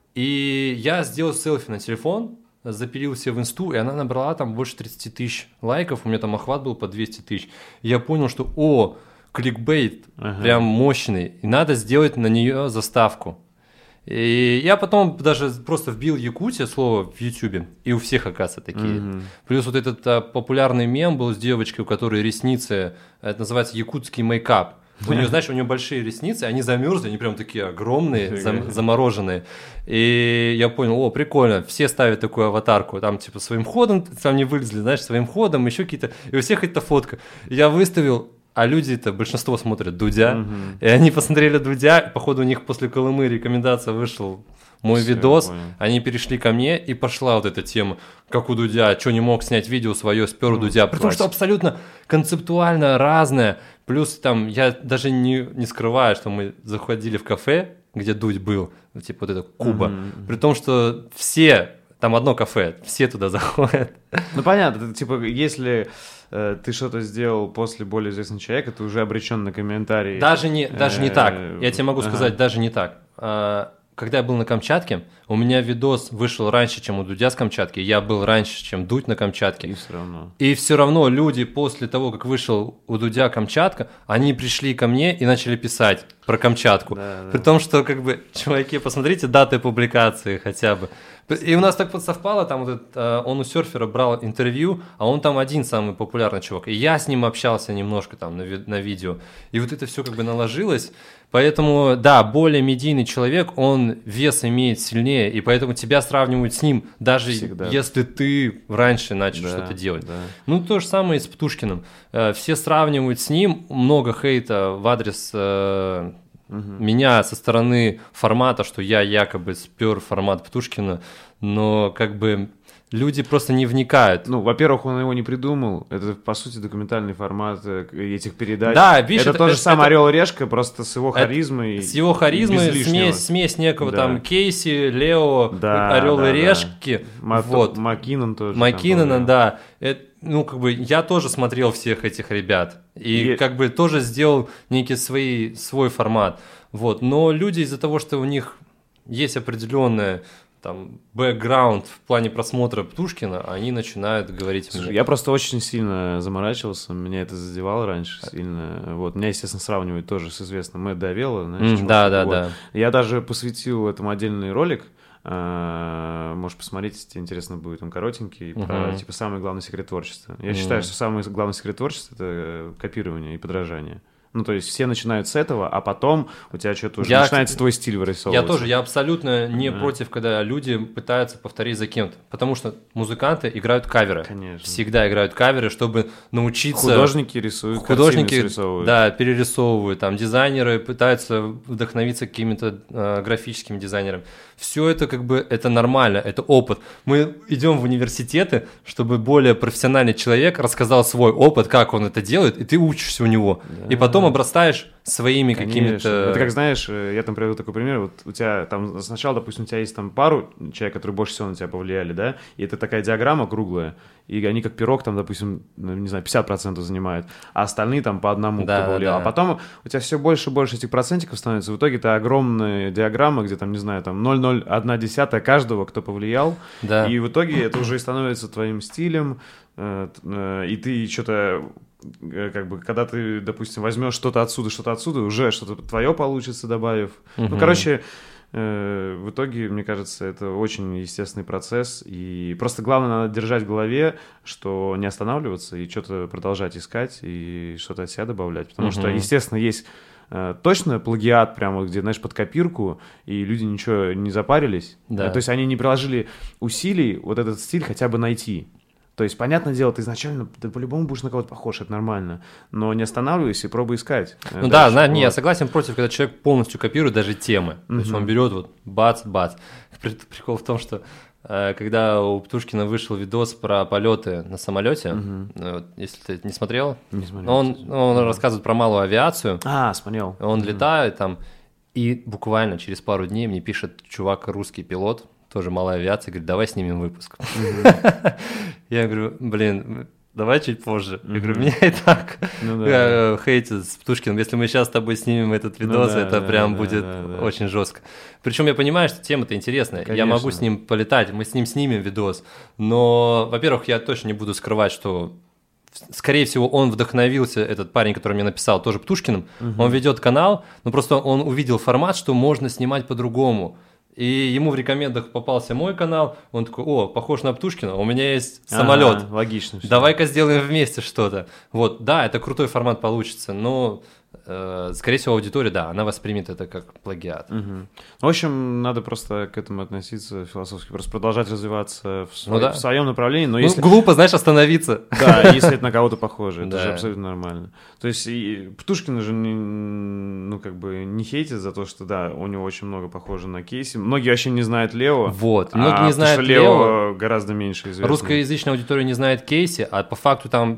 и я сделал селфи на телефон, запилил себе в инсту, и она набрала там больше 30 тысяч лайков, у меня там охват был по 200 тысяч. И я понял, что, кликбейт, прям мощный, и надо сделать на нее заставку. И я потом даже просто вбил Якутия слово в Ютубе, и у всех, оказывается, такие. Плюс вот этот популярный мем был с девочкой, у которой ресницы, это называется якутский мейкап. У нее, знаешь, у нее большие ресницы, они замерзли, они прям такие огромные, замороженные. И я понял, прикольно, все ставят такую аватарку, там типа своим ходом, там не вылезли, знаешь, своим ходом, еще какие-то, и у всех эта фотка. Я выставил, а люди-то, большинство смотрят Дудя, и они посмотрели Дудя, походу у них после Колымы рекомендация вышел мой видос, они перешли ко мне, и пошла вот эта тема, как у Дудя, что не мог снять видео свое, спер у Дудя, потому что абсолютно концептуально разное. Плюс там я даже не скрываю, что мы заходили в кафе, где Дудь был, типа вот это Куба, при том, что все, там одно кафе, все туда заходят. Ну понятно, это, типа если ты что-то сделал после более известного человека, ты уже обречен на комментарии. Даже не так, я тебе могу сказать, даже не так. Когда я был на Камчатке, у меня видос вышел раньше, чем у Дудя с Камчатки, я был раньше, чем Дудь на Камчатке. И все равно люди после того, как вышел у Дудя Камчатка, они пришли ко мне и начали писать про Камчатку. Да. При том, что, как бы, чуваки, посмотрите даты публикации хотя бы. И у нас так вот совпало, там вот он у серфера брал интервью, а он там один самый популярный чувак. И я с ним общался немножко там на видео. И вот это все как бы наложилось. Поэтому, да, более медийный человек, он вес имеет сильнее, и поэтому тебя сравнивают с ним, даже всегда. Если ты раньше начал что-то делать. Да. Ну, то же самое и с Птушкиным. Все сравнивают с ним, много хейта в адрес меня со стороны формата, что я якобы спер формат Птушкина, но как бы люди просто не вникают. Ну, во-первых, он его не придумал. Это, по сути, документальный формат этих передач. Да, видишь, это тот же самый «Орел и решка», просто с его харизмой. С его харизмой, смесь некого там Кейси, Лео, «Орел и решки». Вот. Маккинон тоже. Маккинона, да. Ну, как бы, я тоже смотрел всех этих ребят. И как бы тоже сделал некий свой формат. Вот. Но люди из-за того, что у них есть определенная там бэкграунд в плане просмотра Птушкина, они начинают говорить мне. Я просто очень сильно заморачивался, меня это задевало раньше сильно. Вот. Меня, естественно, сравнивают тоже с известным Мэтт Давелло. Да. Я даже посвятил этому отдельный ролик. Можешь посмотреть, если тебе интересно будет. Он коротенький, про типа самый главный секрет творчества. Я считаю, что самый главный секрет творчества — это копирование и подражание. Ну, то есть все начинают с этого, а потом у тебя что-то уже начинается твой стиль вырисовываться. Я абсолютно не против, когда люди пытаются повторить за кем-то, потому что музыканты играют каверы. Конечно. Всегда играют каверы, чтобы научиться... Художники рисуют, художники, да, перерисовывают, там, дизайнеры пытаются вдохновиться какими-то графическими дизайнерами. Все это как бы, это нормально, это опыт. Мы идем в университеты, чтобы более профессиональный человек рассказал свой опыт, как он это делает, и ты учишься у него. Да. И потом обрастаешь своими какими-то... Это как, знаешь, я там приведу такой пример, вот у тебя там сначала, допустим, у тебя есть там пару человек, которые больше всего на тебя повлияли, да, и это такая диаграмма круглая, и они как пирог там, допустим, не знаю, 50% занимают, а остальные там по одному кто повлиял. А потом у тебя все больше и больше этих процентиков становится, в итоге это огромная диаграмма, где там, не знаю, там 0,01 каждого, кто повлиял, и в итоге это уже становится твоим стилем, и ты что-то... Как бы, когда ты, допустим, возьмешь что-то отсюда, уже что-то твое получится, добавив. Ну, короче, в итоге, мне кажется, это очень естественный процесс. И просто главное надо держать в голове, что не останавливаться и что-то продолжать искать и что-то от себя добавлять. Потому что, естественно, есть точно плагиат, прямо где, знаешь, под копирку, и люди ничего не запарились. Да. То есть они не приложили усилий вот этот стиль хотя бы найти. То есть, понятное дело, ты изначально ты по-любому будешь на кого-то похож, это нормально. Но не останавливайся и пробуй искать. Ну дальше. Да, я согласен против, когда человек полностью копирует даже темы. То есть он берет вот бац. Прикол в том, что когда у Птушкина вышел видос про полеты на самолете, вот, если ты не смотрел, он рассказывает про малую авиацию. Смотрел. Он летает там, и буквально через пару дней мне пишет чувак, русский пилот, тоже малая авиация, говорит, давай снимем выпуск. Я говорю, блин, давай чуть позже. Я говорю, меня и так хейтят с Птушкиным. Если мы сейчас с тобой снимем этот видос, это прям будет очень жестко. Причем я понимаю, что тема-то интересная. Я могу с ним полетать, мы с ним снимем видос. Но, во-первых, я точно не буду скрывать, что... Скорее всего, он вдохновился, этот парень, который мне написал, тоже Птушкиным. Он ведет канал, но просто он увидел формат, что можно снимать по-другому. И ему в рекомендах попался мой канал, он такой, похож на Птушкина, у меня есть самолет. Логично. Давай-ка сделаем вместе что-то. Вот, да, это крутой формат получится, но, скорее всего, аудитория, да, она воспримет это как плагиат. В общем, надо просто к этому относиться философски, просто продолжать развиваться в своем направлении. Но если... глупо, знаешь, остановиться. Да, если это на кого-то похоже, это же абсолютно нормально. То есть Птушкина же не хейтит за то, что, да, у него очень много похоже на Кейси. Многие вообще не знают Лео. Вот, многие не знают Лео гораздо меньше известно. Русскоязычная аудитория не знает Кейси, а по факту там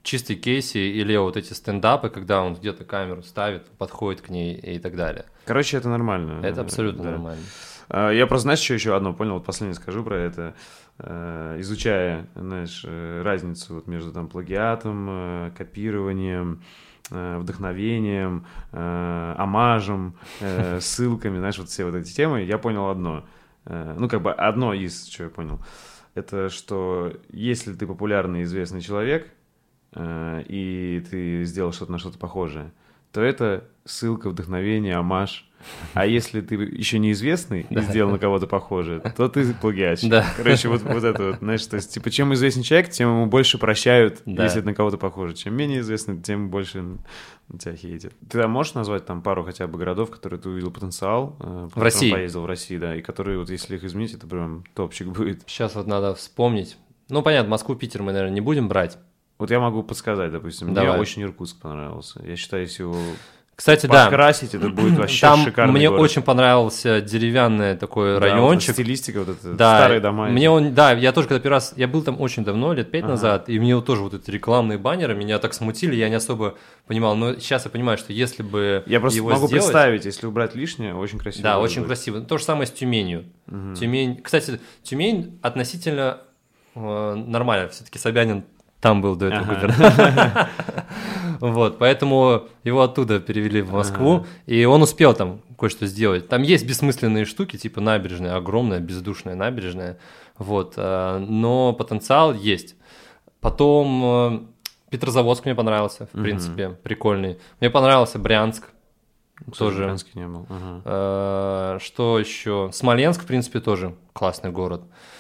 чистый Кейси и Лео вот эти стендапы, когда он где-то камеру ставит, подходит к ней и так далее. Короче, это нормально. Это абсолютно нормально. Я просто, знаешь, что еще одно понял, вот последнее скажу про это. Изучая, знаешь, разницу вот между там плагиатом, копированием, вдохновением, омажем, ссылками, знаешь, вот все вот эти темы, я понял одно. Ну, как бы одно из, что я понял, это что если ты популярный известный человек, и ты сделал что-то на что-то похожее, то это ссылка, вдохновение, омаж. А если ты еще неизвестный и сделал на кого-то похожее, то ты плагиатчик. Короче, вот это вот, знаешь, то есть, типа, чем известнее человек, тем ему больше прощают, если это на кого-то похоже. Чем менее известный, тем больше на тебя хейтят. Ты там можешь назвать там пару хотя бы городов, которые ты увидел потенциал? В России? Поездил в России, да, и которые, вот если их изменить, это прям топчик будет. Сейчас вот надо вспомнить. Ну, понятно, Москву, Питер мы, наверное, не будем брать. Вот я могу подсказать, допустим. Давай. Мне очень Иркутск понравился. Я считаю, если его... Кстати, подкрасить, это будет вообще там шикарный мне город. очень понравился деревянный такой райончик. Вот стилистика вот эта, да, старые дома. Я тоже когда первый раз, я был там очень давно, лет 5 назад, и мне вот тоже вот эти рекламные баннеры меня так смутили, я не особо понимал, но сейчас я понимаю, что если бы я просто его могу сделать, представить, если убрать лишнее, очень красиво. Да, очень красиво. То же самое с Тюменью. Тюмень, кстати, Тюмень относительно нормально, все-таки Собянин там был до этого губернатора. Вот, поэтому его оттуда перевели в Москву, и он успел там кое-что сделать. Там есть бессмысленные штуки, типа набережная, огромная, бездушная набережная, вот, но потенциал есть. Потом Петрозаводск мне понравился, в принципе, прикольный. Мне понравился Брянск. Тоже. В Брянске не был. Что еще? Смоленск, в принципе, тоже классный город.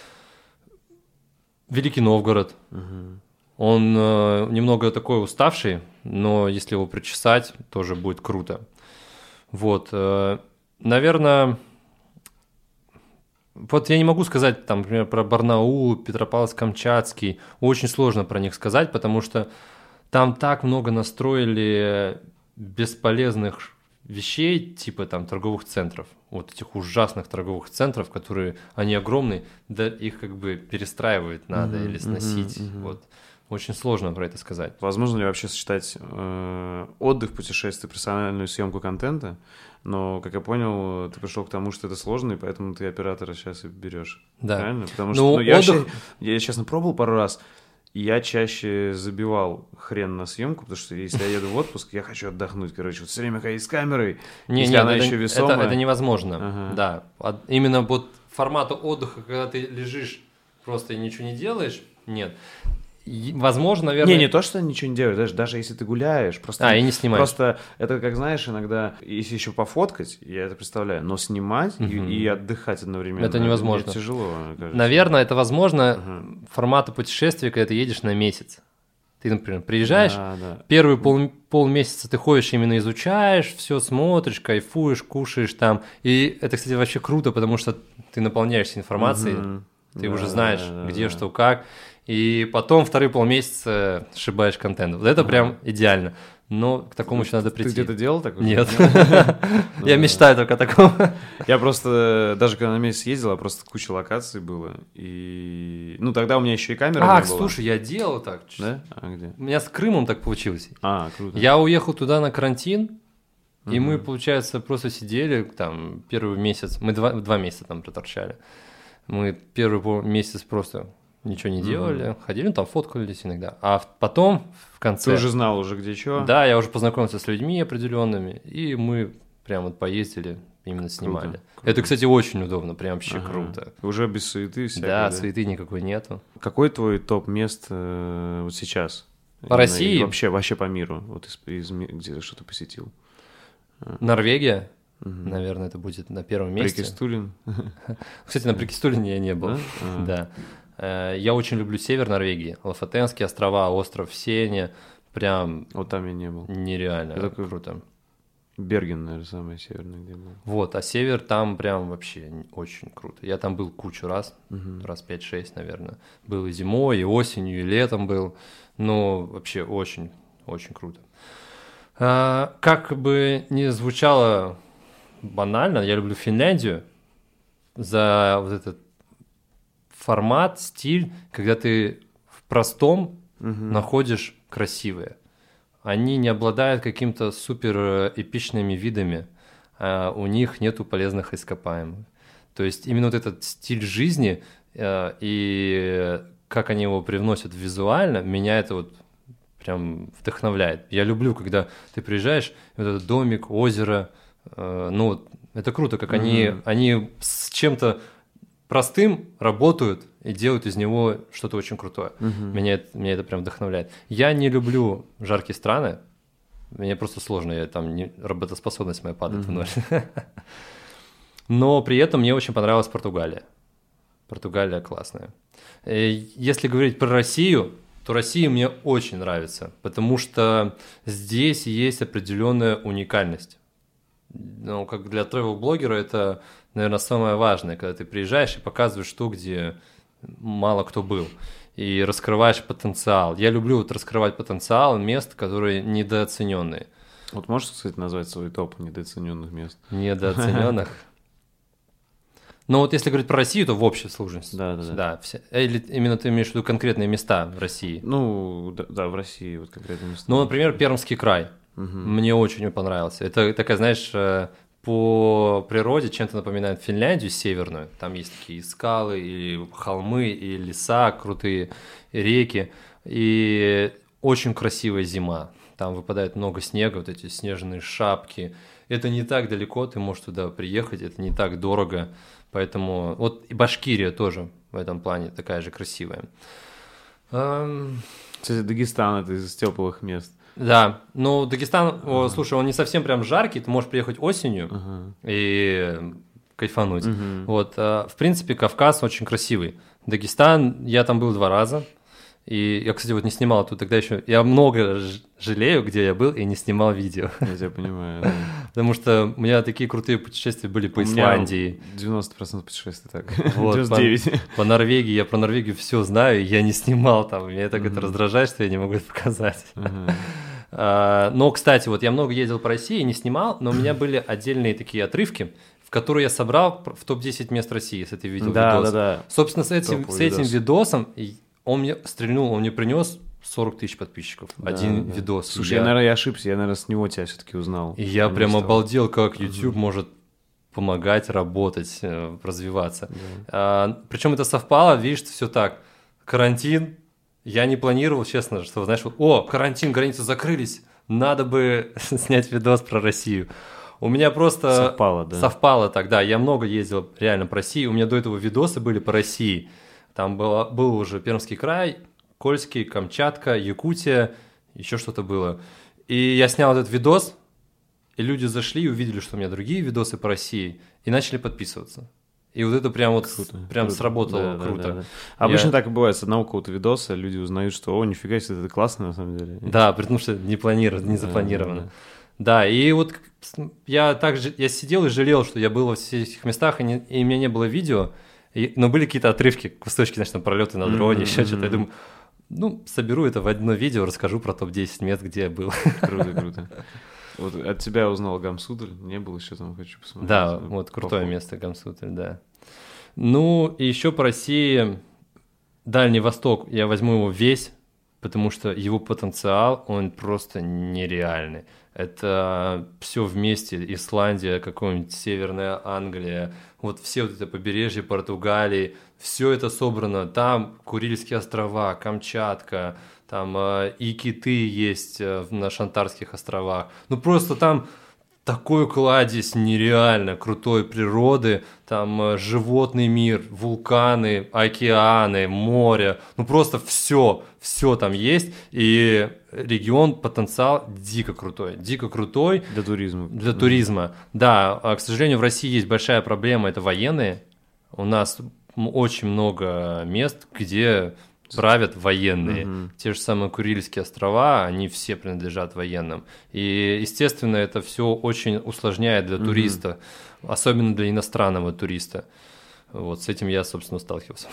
Великий Новгород. Он немного такой уставший, но если его причесать, тоже будет круто. Вот, наверное, вот я не могу сказать, там, например, про Барнаул, Петропавловск-Камчатский. Очень сложно про них сказать, потому что там так много настроили бесполезных вещей, типа там торговых центров. Вот этих ужасных торговых центров, которые, они огромные, да их как бы перестраивать надо или сносить, вот. Очень сложно про это сказать. Возможно ли вообще сочетать отдых, путешествие, профессиональную съемку контента? Но, как я понял, ты пришел к тому, что это сложно, и поэтому ты оператора сейчас и берешь. Да. Правильно? Потому что я, честно, пробовал пару раз, и я чаще забивал хрен на съемку, потому что если я еду в отпуск, я хочу отдохнуть, короче, вот все время ходить с камерой, если она еще весомая. Это невозможно, да. Именно вот формата отдыха, когда ты лежишь просто и ничего не делаешь, нет. Возможно, наверное... Не то, что ничего не делаешь, даже если ты гуляешь, просто... и не снимаешь. Просто это, как знаешь, иногда, если еще пофоткать, я это представляю, но снимать и отдыхать одновременно... Это невозможно. Это тяжело, кажется. Наверное, это возможно формата путешествия, когда ты едешь на месяц. Ты, например, приезжаешь, первые полмесяца ты ходишь, именно изучаешь, все смотришь, кайфуешь, кушаешь там. И это, кстати, вообще круто, потому что ты наполняешься информацией, ты уже знаешь, где, что, как. И потом вторые полмесяца сшибаешь контент. Вот это прям идеально. Но к такому еще надо прийти. Ты где-то делал такое? Нет. Я мечтаю только о таком. Я просто, даже когда на месяц ездил, просто куча локаций было. И... Ну, тогда у меня еще и камера не была. Слушай, я делал так. Да? А где? У меня с Крымом так получилось. Круто. Я уехал туда на карантин, и мы, получается, просто сидели там первый месяц. Мы 2 месяца там проторчали. Мы первый месяц просто... ничего не делали, ходили, там фоткались иногда. А потом, в конце... Ты уже знал где что? Да, я уже познакомился с людьми определенными, и мы прям вот поездили, именно снимали. Круто. Это, кстати, очень удобно, прям вообще круто. Уже без суеты всякой, да? Суеты никакой нету. Какой твой топ-мест вот сейчас? По России? Вообще по миру, вот где что ты посетил? Норвегия. Наверное, это будет на первом месте. Прикистулин? Кстати, на Прикистулине я не был. Да. Я очень люблю север Норвегии. Лафотенские острова, остров Сене. Прям... Вот там я не был. Нереально. Это круто. Берген, наверное, самый северный, где был. Вот, а север там прям вообще очень круто. Я там был кучу раз, раз 5-6, наверное. Был и зимой, и осенью, и летом был. Ну, вообще очень, очень круто. Как бы ни звучало банально, я люблю Финляндию за вот этот формат, стиль, когда ты в простом находишь красивые. Они не обладают каким-то супер эпичными видами, у них нету полезных ископаемых. То есть именно вот этот стиль жизни и как они его привносят визуально, меня это вот прям вдохновляет. Я люблю, когда ты приезжаешь, вот этот домик, озеро, ну, это круто, как они с чем-то простым работают и делают из него что-то очень крутое. Меня это прям вдохновляет. Я не люблю жаркие страны, мне просто сложно, работоспособность моя падает в ноль. Но при этом мне очень понравилась Португалия. Португалия классная. Если говорить про Россию, то Россия мне очень нравится, потому что здесь есть определенная уникальность. Ну, как для travel-блогера это, наверное, самое важное, когда ты приезжаешь и показываешь то, где мало кто был, и раскрываешь потенциал. Я люблю вот раскрывать потенциал мест, которые недооцененные. Вот можешь, кстати, назвать свой топ недооцененных мест? Недооцененных? Ну вот если говорить про Россию, то в общей сложности. Да. Или именно ты имеешь в виду конкретные места в России? Ну, да, в России вот конкретные места. Ну, например, Пермский край. Мне очень понравился. Это такая, знаешь, по природе чем-то напоминает Финляндию северную. Там есть такие скалы, и холмы, и леса крутые, и реки. И очень красивая зима. Там выпадает много снега, вот эти снежные шапки. Это не так далеко, ты можешь туда приехать, это не так дорого. Поэтому вот и Башкирия тоже в этом плане такая же красивая. Кстати, Дагестан – это из теплых мест. Да, ну Дагестан, слушай, он не совсем прям жаркий, ты можешь приехать осенью и кайфануть. Вот, в принципе, Кавказ очень красивый. Дагестан, я там был 2 раза. И я, кстати, вот не снимал тут тогда еще. Я много жалею, где я был, и не снимал видео. Я тебя понимаю. Да. Потому что у меня такие крутые путешествия были по Исландии. 90% путешествий так. Вот, 99%. По Норвегии. Я про Норвегию все знаю, и я не снимал там. Меня так это раздражает, что я не могу это показать. Но, кстати, вот я много ездил по России, не снимал, но у меня были отдельные такие отрывки, в которые я собрал в топ-10 мест России, если ты видел видос. Да. Собственно, с этим видосом он мне стрельнул, он мне принес 40 тысяч подписчиков. Один видос. Слушай, я ошибся, я, наверное, с него тебя все-таки узнал. И я прям обалдел, как YouTube может помогать работать, развиваться. Причем это совпало, видишь, все так. Карантин, я не планировал, честно, что, знаешь, карантин, границы закрылись, надо бы снять видос про Россию. У меня просто совпало так, да, я много ездил реально по России, у меня до этого видосы были по России. Там был уже Пермский край, Кольский, Камчатка, Якутия, еще что-то было. И я снял этот видос, и люди зашли и увидели, что у меня другие видосы по России, и начали подписываться. И вот это прям вот круто. Сработало круто. Да. Обычно так и бывает, с одного какого-то видоса люди узнают, что нифига себе, это классно на самом деле. Да, потому что не планировано, не запланировано. Да, и вот я сидел и жалел, что я был во всех этих местах, и у меня не было видео, но были какие-то отрывки, кусочки, значит, там пролеты на дроне, еще что-то. Я думаю, соберу это в одно видео, расскажу про топ-10 мест, где я был. Круто. Вот от тебя я узнал Гамсутль, не был еще там, хочу посмотреть. Да, вот крутое место Гамсутль, да. Ну, и еще по России Дальний Восток, я возьму его весь, потому что его потенциал, он просто нереальный. Это все вместе, Исландия, какая-нибудь Северная Англия, вот все вот это побережье Португалии, все это собрано. Там Курильские острова, Камчатка, там и киты есть на Шантарских островах. Ну просто там такой кладезь нереально крутой природы, там животный мир, вулканы, океаны, море, ну просто все там есть, и регион, потенциал дико крутой. Для туризма. Для туризма, да. К сожалению, в России есть большая проблема, это военные. У нас очень много мест, где правят военные. Те же самые Курильские острова, они все принадлежат военным. И, естественно, это все очень усложняет для туриста, особенно для иностранного туриста. Вот с этим я, собственно, сталкивался.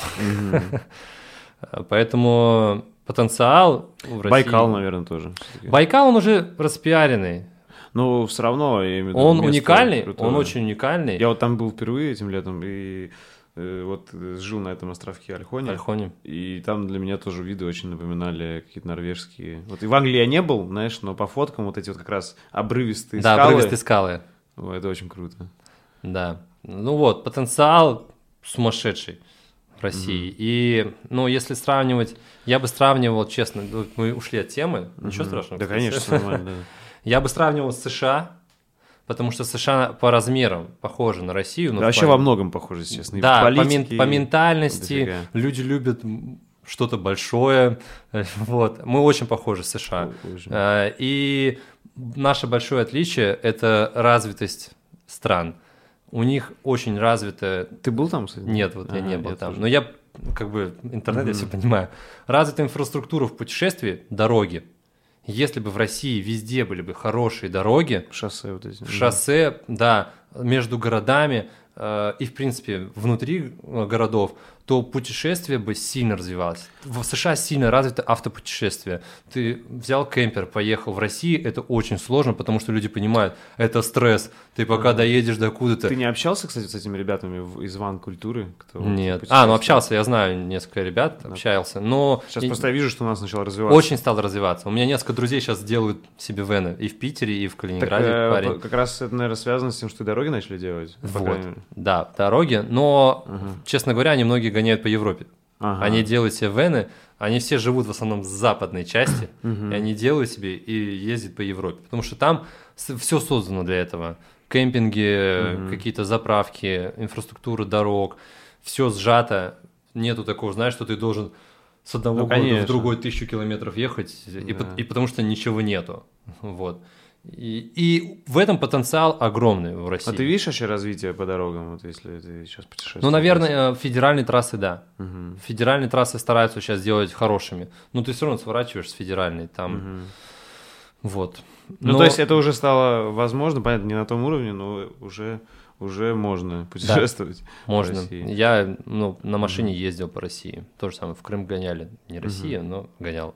Поэтому потенциал в России... Байкал, наверное, тоже. Байкал, он уже распиаренный. Но все равно, я имею в виду, он уникальный, он очень уникальный. Я вот там был впервые этим летом, и жил на этом островке Альхоне. И там для меня тоже виды очень напоминали какие-то норвежские. Вот и в Англии я не был, знаешь, но по фоткам вот эти вот как раз обрывистые скалы. Да, обрывистые скалы. Это очень круто. Да. Ну вот, потенциал сумасшедший в России. И, если сравнивать, я бы сравнивал, честно, мы ушли от темы, ничего страшного. Да, конечно, нормально, да. Я бы сравнивал с США, потому что США по размерам похожи на Россию. Да, вообще во многом похожи, естественно. Да, по ментальности люди любят что-то большое. Вот. Мы очень похожи с США. И наше большое отличие – это развитость стран. У них очень развитая... Ты был там, кстати? Нет, я не был там. Но я, интернет, я все понимаю. Развитая инфраструктура в путешествии, дороги. Если бы в России везде были бы хорошие дороги... Шоссе вот эти. Шоссе, да, между городами и, в принципе, внутри городов, то путешествие бы сильно развивалось. В США сильно развито автопутешествие. Ты взял кемпер, поехал. В России это очень сложно, потому что люди понимают, это стресс. Ты пока доедешь до куда-то... Ты не общался, кстати, с этими ребятами из ван-культуры? Нет. Общался, я знаю несколько ребят, общался, но... Сейчас просто я вижу, что у нас начало развиваться. Очень стал развиваться. У меня несколько друзей сейчас делают себе вены и в Питере, и в Калининграде. Так, как раз это, наверное, связано с тем, что и дороги начали делать. Вот, да, дороги, но, честно говоря, они многие гоняют по Европе. Они делают себе вены, они все живут в основном в западной части, и они делают себе и ездят по Европе, потому что там все создано для этого. Кемпинги, какие-то заправки, инфраструктура дорог, все сжато. Нету такого, знаешь, что ты должен с одного города в другой 1000 километров ехать, и потому что ничего нету. Вот. И в этом потенциал огромный в России. А ты видишь вообще развитие по дорогам, вот если ты сейчас путешествуешь? Ну, наверное, федеральные трассы, да. Федеральные трассы стараются сейчас делать хорошими. Но ты все равно сворачиваешь с федеральной, там, вот. Ну, то есть это уже стало возможно, понятно, не на том уровне, но уже можно путешествовать. Да, можно. Я на машине ездил по России. То же самое, в Крым гоняли. Не Россия, но гонял.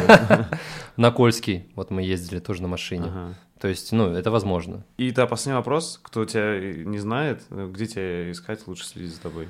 На Кольский вот мы ездили тоже на машине. То есть, это возможно. И последний вопрос. Кто тебя не знает, где тебя искать, лучше следить за тобой?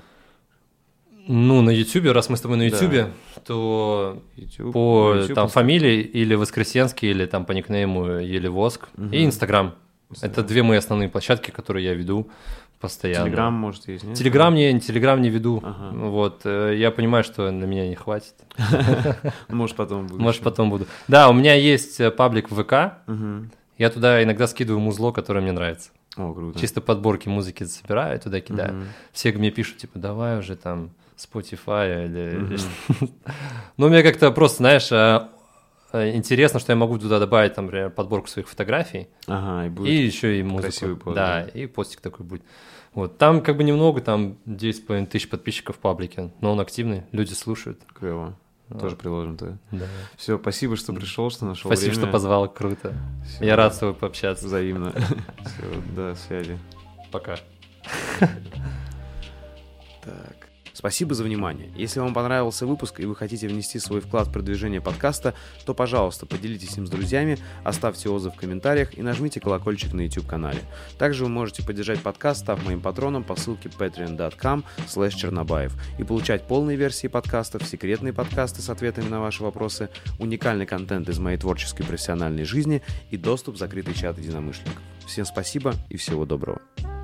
На Ютубе, раз мы с тобой на Ютубе, то по там фамилии или Воскресенский, или там по никнейму Елевоск, и Инстаграм. Это две мои основные площадки, которые я веду постоянно. Телеграм, может, есть, нет? Телеграм не веду. Вот, я понимаю, что на меня не хватит. Может, потом буду. Может, потом буду. Да, у меня есть паблик в ВК. Я туда иногда скидываю музло, которое мне нравится. О, круто. Чисто подборки музыки собираю, туда кидаю. Все мне пишут, типа, давай уже там Spotify или... Ну, мне как-то просто, знаешь... Интересно, что я могу туда добавить, там, например, подборку своих фотографий. И еще и музыку. Красивый пост. Да, и постик такой будет. Вот. Там немного, там 9,5 тысяч подписчиков в паблике, но он активный, люди слушают. Клево. Тоже приложим то. Да. Все, спасибо, что пришел, что нашел время. Спасибо, что позвал, круто. Все. Я рад с тобой пообщаться. Взаимно. Все, до связи. Пока. Так. Спасибо за внимание. Если вам понравился выпуск и вы хотите внести свой вклад в продвижение подкаста, то, пожалуйста, поделитесь им с друзьями, оставьте отзыв в комментариях и нажмите колокольчик на YouTube-канале. Также вы можете поддержать подкаст, став моим патроном по ссылке patreon.com/Чернобаев и получать полные версии подкастов, секретные подкасты с ответами на ваши вопросы, уникальный контент из моей творческой и профессиональной жизни и доступ в закрытый чат единомышленников. Всем спасибо и всего доброго.